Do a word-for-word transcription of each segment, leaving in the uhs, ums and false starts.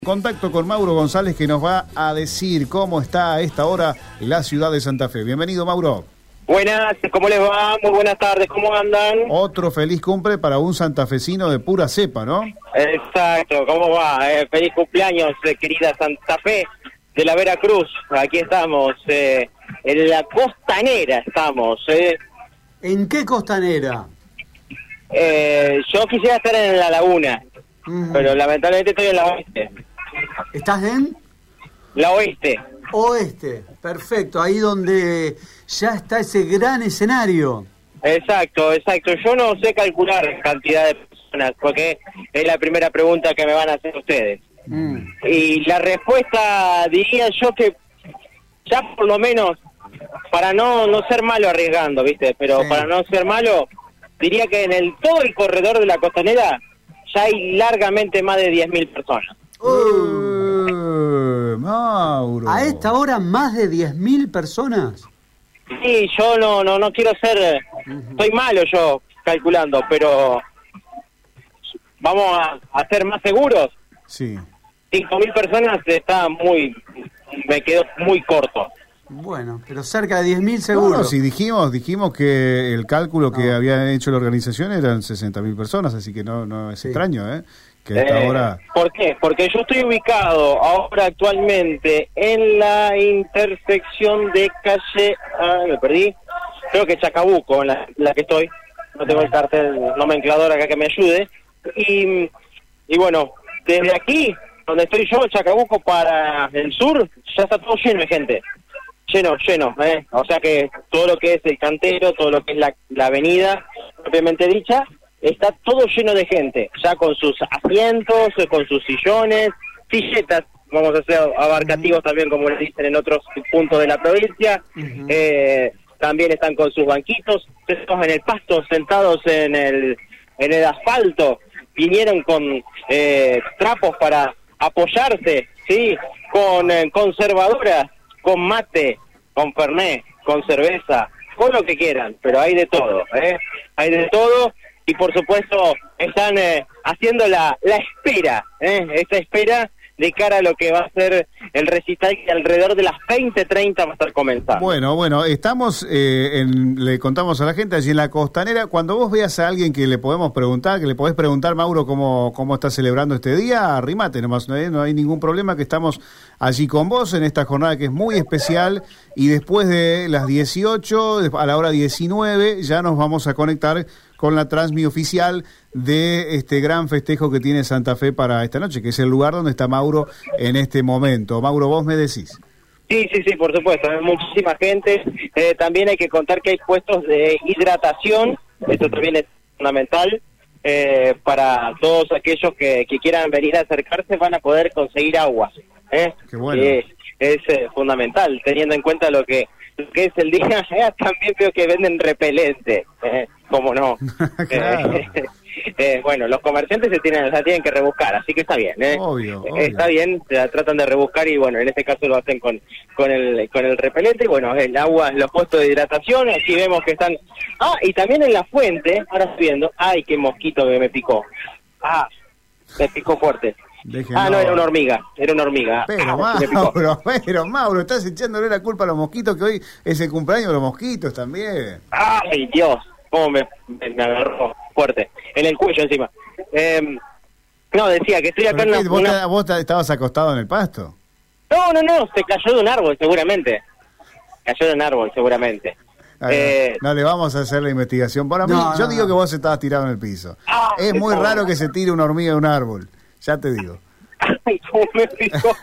Contacto con Mauro González, que nos va a decir cómo está a esta hora la ciudad de Santa Fe. Bienvenido, Mauro. Buenas, ¿cómo les va? Muy buenas tardes, ¿cómo andan? Otro feliz cumple para un santafesino de pura cepa, ¿no? Exacto, ¿cómo va? Eh, feliz cumpleaños, eh, querida Santa Fe de la Veracruz. Aquí estamos, eh, en la costanera estamos. Eh. ¿En qué costanera? Eh, yo quisiera estar en la laguna, uh-huh. pero lamentablemente estoy en la oeste. ¿Estás en? La oeste. Oeste, perfecto, ahí donde ya está ese gran escenario. Exacto, exacto. Yo no sé calcular cantidad de personas, porque es la primera pregunta que me van a hacer ustedes. Mm. Y la respuesta, diría yo que ya por lo menos, para no, no ser malo arriesgando, ¿viste? Pero sí. Para no ser malo, diría que en el todo el corredor de la costanera ya hay largamente más de diez mil personas. Uh, Mauro. ¿A esta hora más de diez mil personas? Sí, yo no no no quiero ser... Uh-huh. Soy malo yo calculando, pero vamos a, a ser más seguros. Sí. cinco mil personas está muy... Me quedo muy corto. Bueno, pero cerca de diez mil seguro. No, no, si dijimos, dijimos que el cálculo no. que había hecho la organización eran sesenta mil personas, así que no, no es sí. extraño, ¿eh? Que a esta eh, hora... ¿Por qué? Porque yo estoy ubicado ahora actualmente en la intersección de calle... Ah, me perdí. Creo que Chacabuco, en la, la que estoy. No tengo el cartel nomenclador acá que me ayude. Y, y bueno, desde aquí, donde estoy yo, Chacabuco para el sur, ya está todo lleno de gente. Lleno, lleno, ¿eh? O sea que todo lo que es el cantero, todo lo que es la, la avenida, propiamente dicha, está todo lleno de gente, ya con sus asientos, con sus sillones, silletas, vamos a ser abarcativos uh-huh. también, como le dicen en otros puntos de la provincia, uh-huh. eh, también están con sus banquitos, en el pasto, sentados en el en el asfalto, vinieron con eh, trapos para apoyarse, sí, con eh, conservadoras, con mate, con fernet, con cerveza, con lo que quieran, pero hay de todo, ¿eh? Hay de todo. Y por supuesto están eh, haciendo la, la espera, ¿eh? Esta espera de cara a lo que va a ser el recital, que alrededor de las veinte treinta va a estar comenzando. Bueno, bueno, estamos, eh, en, le contamos a la gente allí en la costanera. Cuando vos veas a alguien que le podemos preguntar, que le podés preguntar, Mauro, cómo, cómo está celebrando este día, arrímate nomás, no hay, no hay ningún problema, que estamos allí con vos en esta jornada que es muy especial. Y después de las dieciocho, a la hora diecinueve, ya nos vamos a conectar con la transmisión oficial de este gran festejo que tiene Santa Fe para esta noche, que es el lugar donde está Mauro en este momento. Mauro, vos me decís. Sí, sí, sí, por supuesto, hay muchísima gente. Eh, también hay que contar que hay puestos de hidratación, esto también es fundamental, eh, para todos aquellos que, que quieran venir a acercarse, van a poder conseguir agua. ¿eh? Qué bueno. Eh, es eh, fundamental, teniendo en cuenta lo que, lo que es el día. También veo que venden repelente, eh, cómo no. Claro. eh, eh, bueno, los comerciantes se tienen, se tienen que rebuscar, así que está bien. ¿eh? Obvio, obvio. Está bien, se la tratan de rebuscar y bueno, en este caso lo hacen con, con, el, con el repelente. Y bueno, el agua, los puestos de hidratación, aquí vemos que están... Ah, y también en la fuente, ahora estoy viendo, ay, qué mosquito que me picó. Ah, me picó fuerte. Déjenlo. Ah, no, era una hormiga, era una hormiga. Pero ah, Mauro, pero Mauro, estás echándole la culpa a los mosquitos, que hoy es el cumpleaños de los mosquitos también. Ay, Dios, cómo me, me, me agarró fuerte, en el cuello encima. Eh, no, decía que estoy acá en la... ¿Vos, una... ¿Vos estabas acostado en el pasto? No, no, no, se cayó de un árbol seguramente. Cayó de un árbol seguramente. Ay, eh, no, no le vamos a hacer la investigación. Para mí, no, yo no, digo no. que vos estabas tirado en el piso. Ah, es muy raro bueno. que se tire una hormiga de un árbol. Ya te digo. Ay, cómo me picó.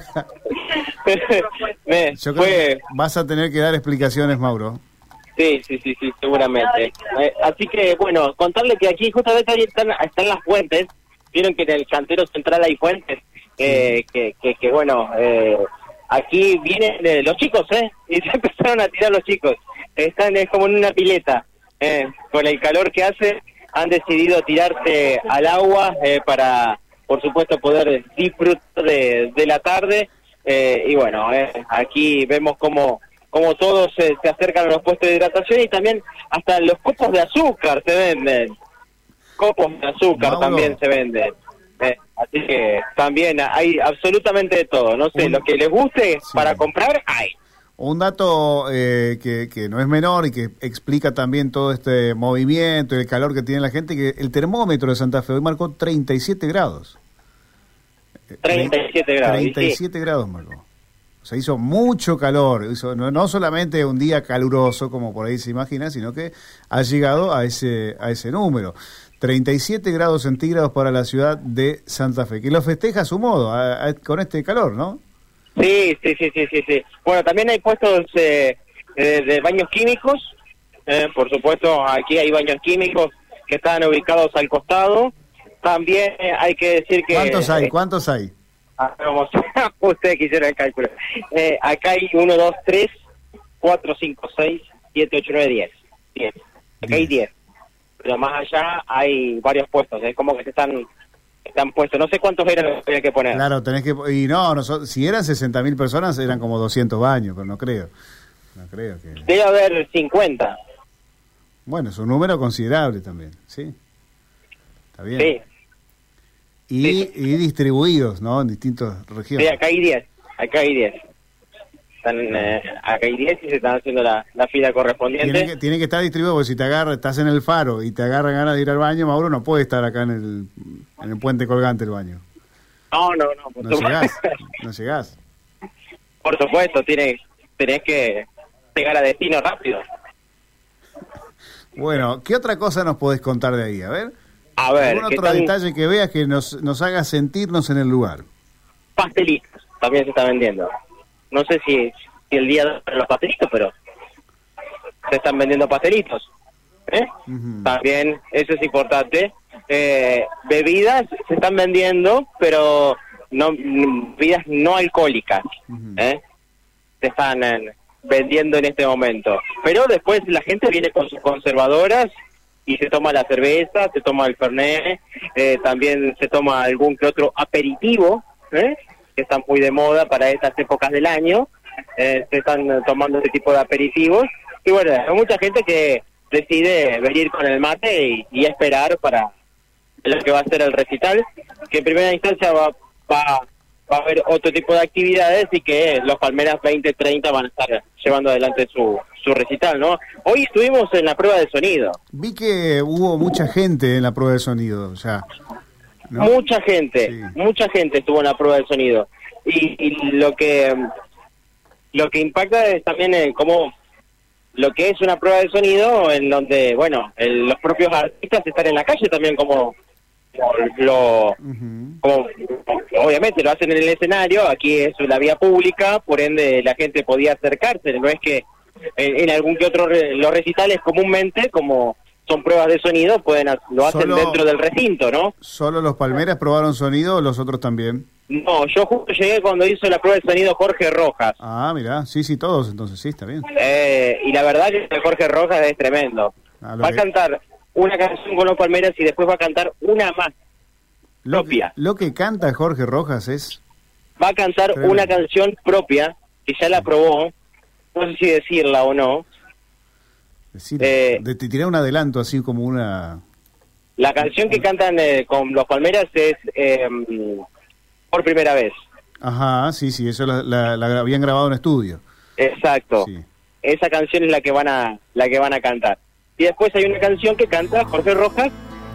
me, Yo creo fue... que vas a tener que dar explicaciones, Mauro. Sí, sí, sí, sí, seguramente. Eh, así que, bueno, contarle que aquí justamente ahí están, están las fuentes. Vieron que en el cantero central hay fuentes. Eh, que, que, que, bueno, eh, aquí vienen eh, los chicos, ¿eh? Y se empezaron a tirar los chicos. Están es como en una pileta. Eh, con el calor que hace, han decidido tirarse al agua eh, para... por supuesto poder disfrutar de, de la tarde, eh, y bueno, eh, aquí vemos como, como todos eh, se acercan a los puestos de hidratación y también hasta los copos de azúcar se venden, copos de azúcar Mauro. También se venden. Eh. Así que también hay absolutamente de todo. No sé, Un... lo que les guste sí. para comprar, hay. Un dato eh, que, que no es menor y que explica también todo este movimiento y el calor que tiene la gente, que el termómetro de Santa Fe hoy marcó treinta y siete grados. treinta y siete grados. treinta y siete grados marcó. O sea, hizo mucho calor. Hizo, no, no solamente un día caluroso, como por ahí se imagina, sino que ha llegado a ese, a ese número. treinta y siete grados centígrados para la ciudad de Santa Fe, que lo festeja a su modo, a, a, con este calor, ¿no? Sí, sí, sí, sí, sí, sí. Bueno, también hay puestos eh, de, de baños químicos, eh, por supuesto, aquí hay baños químicos que están ubicados al costado. También eh, hay que decir que... ¿Cuántos hay? Eh, ¿Cuántos hay? ah, vamos, ustedes quisieron el cálculo. Eh, acá hay uno, dos, tres, cuatro, cinco, seis, siete, ocho, nueve, diez. diez. Acá hay diez. Pero más allá hay varios puestos, es como que se están... están puestos, no sé cuántos eran los que había que poner. Claro, tenés que... Y no, nosotros, si eran sesenta mil personas, eran como doscientos baños, pero no creo. No creo que... Debe haber cincuenta. Bueno, es un número considerable también, ¿sí? Está bien. Sí. Y, sí. y distribuidos, ¿no? En distintas regiones. Sí, acá hay diez. Acá hay diez. Están, eh, acá hay diez y se están haciendo la, la fila correspondiente. Tiene que, tiene que estar distribuido, porque si te agarra, estás en el Faro y te agarra ganas de ir al baño, Mauro, no puede estar acá en el, en el puente colgante el baño. No, no, no. Por No llegás, no llegás. Por supuesto, tiene, tenés que llegar a destino rápido. Bueno, ¿qué otra cosa nos podés contar de ahí? A ver. A ver, ¿algún ¿qué otro tal? detalle que veas que nos, nos haga sentirnos en el lugar? Pastelitos, también se está vendiendo. No sé si, si el día de los pastelitos, pero se están vendiendo pastelitos. ¿Eh? Uh-huh. También, eso es importante. Eh, bebidas se están vendiendo, pero no bebidas no alcohólicas. Uh-huh. ¿Eh? Se están eh, vendiendo en este momento. Pero después la gente viene con sus conservadoras y se toma la cerveza, se toma el fernet, eh, también se toma algún que otro aperitivo, ¿eh? que están muy de moda para estas épocas del año. Eh, se están tomando este tipo de aperitivos. Y bueno, hay mucha gente que decide venir con el mate y, y esperar para lo que va a ser el recital, que en primera instancia va, va, va a haber otro tipo de actividades y que los Palmeras veinte treinta van a estar llevando adelante su, su recital, ¿no? Hoy estuvimos en la prueba de sonido. Vi que hubo mucha gente en la prueba de sonido, ya. ¿No? Mucha gente, Sí. mucha gente estuvo en la prueba de sonido. Y, y lo que lo que impacta es también en cómo lo que es una prueba de sonido en donde, bueno, el, los propios artistas están en la calle también como, como lo Uh-huh. como obviamente lo hacen en el escenario. Aquí es la vía pública, por ende la gente podía acercarse, no es que en, en algún que otro re, los recitales comúnmente, como son pruebas de sonido, pueden lo hacen Solo, dentro del recinto, ¿no? ¿Solo los Palmeras probaron sonido o los otros también? No, yo justo llegué cuando hizo la prueba de sonido Jorge Rojas. Ah, mirá, sí, sí, todos, entonces sí, está bien. Eh, y la verdad que Jorge Rojas es tremendo. Ah, lo va que- a cantar una canción con los Palmeras y después va a cantar una más Lo propia. que, lo que canta Jorge Rojas es... Va a cantar Tremendo. una canción propia que ya la probó, no sé si decirla o no. Decir, Eh, de, te tiré un adelanto así como una... La canción que cantan eh, con los Palmeras es eh, Por Primera Vez. Ajá, sí, sí, eso la, la- la habían grabado en estudio. Exacto. Sí. Esa canción es la que van a la que van a cantar. Y después hay una canción que canta Jorge Rojas.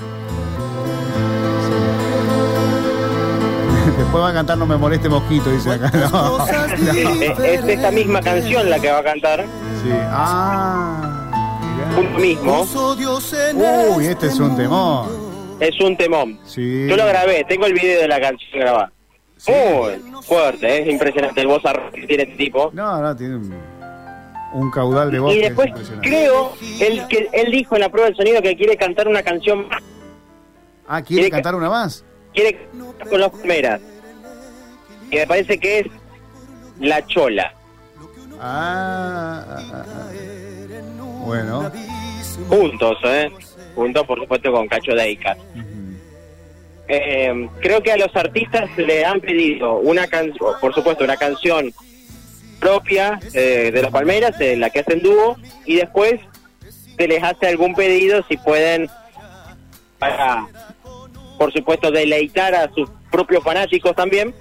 Después va a cantar No me moleste mosquito, dice acá. No, no. Eh, es esta misma canción la que va a cantar. Sí. Ah, mirá. Punto mismo. Uy, este es un temón. Es un temón. Sí. Yo lo grabé, tengo el video de la canción grabada. Sí. Muy fuerte, es impresionante el voz que tiene este tipo. No, no, tiene un, un caudal de voz Y que después es impresionante. creo él, que él dijo en la prueba del sonido que quiere cantar una canción más. Ah, ¿quiere quiere cantar una más? Quiere cantar con los Palmeras. Y me parece que es La Chola. Ah, ah, ah, ah. Bueno. Juntos, ¿eh? Juntos, por supuesto, con Cacho Deicas. Ujú. Eh, creo que a los artistas le han pedido una canción, por supuesto, una canción propia eh, de los Palmeras, en la que hacen dúo, y después se les hace algún pedido si pueden, para, por supuesto, deleitar a sus propios fanáticos también,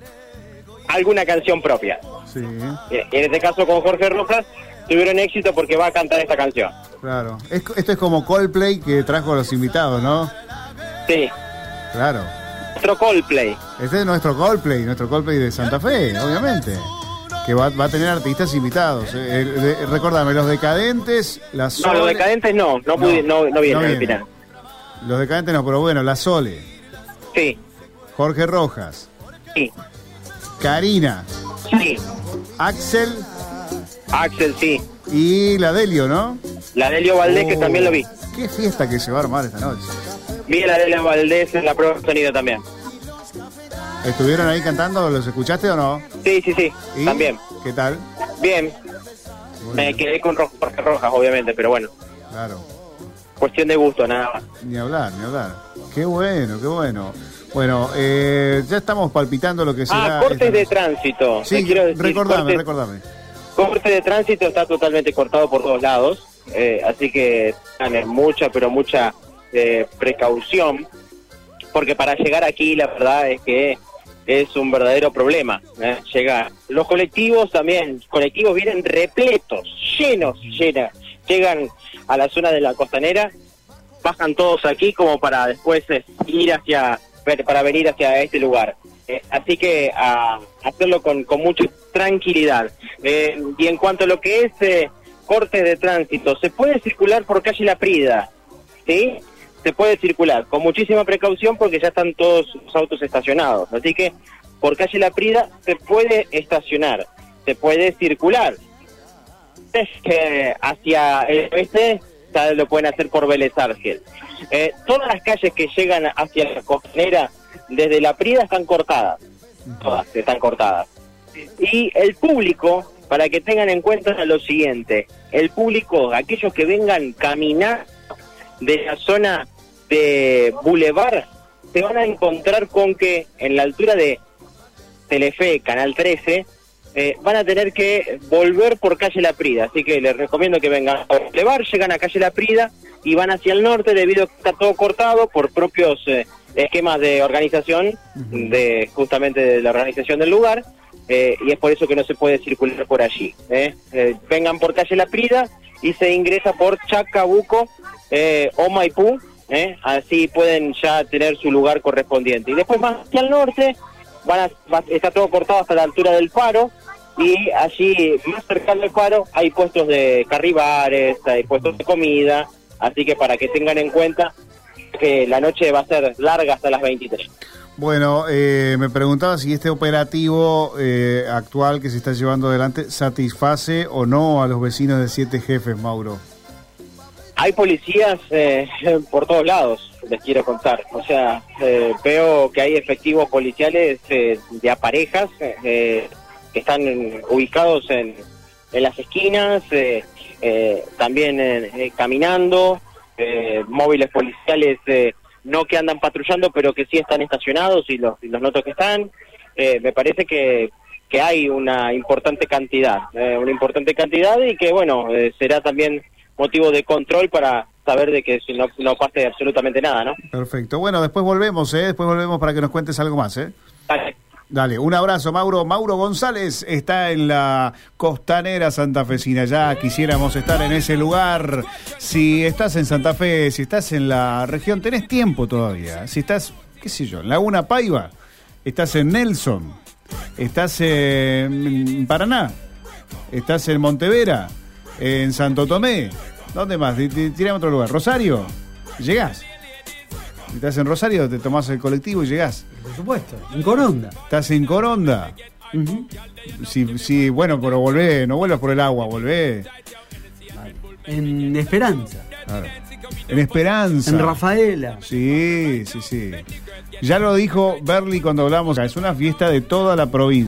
alguna canción propia. Sí. En este caso con Jorge Rojas tuvieron éxito porque va a cantar esta canción. Claro. Es, esto es como Coldplay que trajo a los invitados, ¿no? Sí. Claro. Nuestro Coldplay. Este es nuestro Coldplay, nuestro Coldplay de Santa Fe, obviamente. Que va, va a tener artistas invitados. Eh, eh, de, recordame, los Decadentes, la Sole... No, los Decadentes no, no, no, pudi- no, no vienen no al vienen. final. Los Decadentes no, pero bueno, la Sole, Sí, Jorge Rojas, sí, Karina, sí. Axel Axel, sí. y la Delio, ¿no? La Delio Valdés, que Oh, también lo vi. Qué fiesta que se va a armar esta noche. Vi a la Delio Valdés en la prueba de sonido también. ¿Estuvieron ahí cantando? ¿Los escuchaste o no? Sí, sí, sí, ¿Y? también. ¿Qué tal? Bien, Bueno, me quedé con Ro- Jorge Rojas, obviamente, pero bueno, claro. cuestión de gusto, nada más. Ni hablar, ni hablar. Qué bueno, qué bueno. Bueno, eh, ya estamos palpitando lo que será... Ah, cortes esta de noche. tránsito. Te Sí, quiero decir, recordame, cortes- recordame. Corte de tránsito está totalmente cortado por todos lados, eh, así que tengan mucha, pero mucha eh, precaución, porque para llegar aquí la verdad es que es un verdadero problema. ¿eh? Llegar. Los colectivos también, colectivos vienen repletos, llenos, llenas, llegan a la zona de la costanera, bajan todos aquí como para después eh, ir hacia, para venir hacia este lugar. Eh, así que a hacerlo con, con mucha tranquilidad. Eh, y en cuanto a lo que es eh, cortes de tránsito, se puede circular por calle La Prida, ¿sí? Se puede circular con muchísima precaución porque ya están todos los autos estacionados. Así que por calle La Prida se puede estacionar, se puede circular. Es que hacia el oeste ya lo pueden hacer por Vélez Arfiel. Eh, todas las calles que llegan hacia la costanera desde La Prida están cortadas, todas están cortadas. Y el público, para que tengan en cuenta lo siguiente, el público, aquellos que vengan caminar de la zona de Boulevard, se van a encontrar con que en la altura de Telefe, Canal trece, eh, van a tener que volver por calle La Prida, así que les recomiendo que vengan a Boulevard, llegan a calle La Prida y van hacia el norte debido a que está todo cortado por propios eh, esquemas de organización, uh-huh. de justamente de la organización del lugar, eh, y es por eso que no se puede circular por allí. ¿eh? Eh, vengan por calle La Prida y se ingresa por Chacabuco eh, o Maipú, ¿eh? así pueden ya tener su lugar correspondiente. Y después más hacia el norte, van a, va, está todo cortado hasta la altura del Faro, y allí más cercano al Faro hay puestos de carribares, hay puestos de comida, así que para que tengan en cuenta que la noche va a ser larga hasta las veintitrés. Bueno, eh, me preguntaba si este operativo eh, actual que se está llevando adelante satisface o no a los vecinos de Siete Jefes, Mauro. Hay policías eh, por todos lados, les quiero contar. O sea, eh, veo que hay efectivos policiales eh, de a parejas eh, que están ubicados en, en las esquinas, eh, eh, también eh, caminando. Eh, móviles policiales eh, no que andan patrullando, pero que sí están estacionados y los, y los noto que están. Eh, me parece que, que hay una importante cantidad, eh, una importante cantidad y que, bueno, eh, será también motivo de control para saber de que no, no pase absolutamente nada, ¿no? Perfecto. Bueno, después volvemos, ¿eh? Después volvemos para que nos cuentes algo más, ¿eh? Dale. Dale, un abrazo, Mauro. Mauro González está en la costanera santafesina. Ya quisiéramos estar en ese lugar. Si estás en Santa Fe, si estás en la región, tenés tiempo todavía. Si estás, qué sé yo, en Laguna Paiva, estás en Nelson, estás en Paraná, estás en Montevera, en Santo Tomé. ¿Dónde más? Tirame a otro lugar. Rosario, llegás. Si estás en Rosario, te tomás el colectivo y llegás. Por supuesto, en Coronda. Estás en Coronda. Uh-huh. Sí, sí, bueno, pero volvé, no vuelvas por el agua, volvé. En Esperanza. Claro. En Esperanza. En Rafaela. Sí, sí, sí. Ya lo dijo Berli cuando hablamos, es una fiesta de toda la provincia.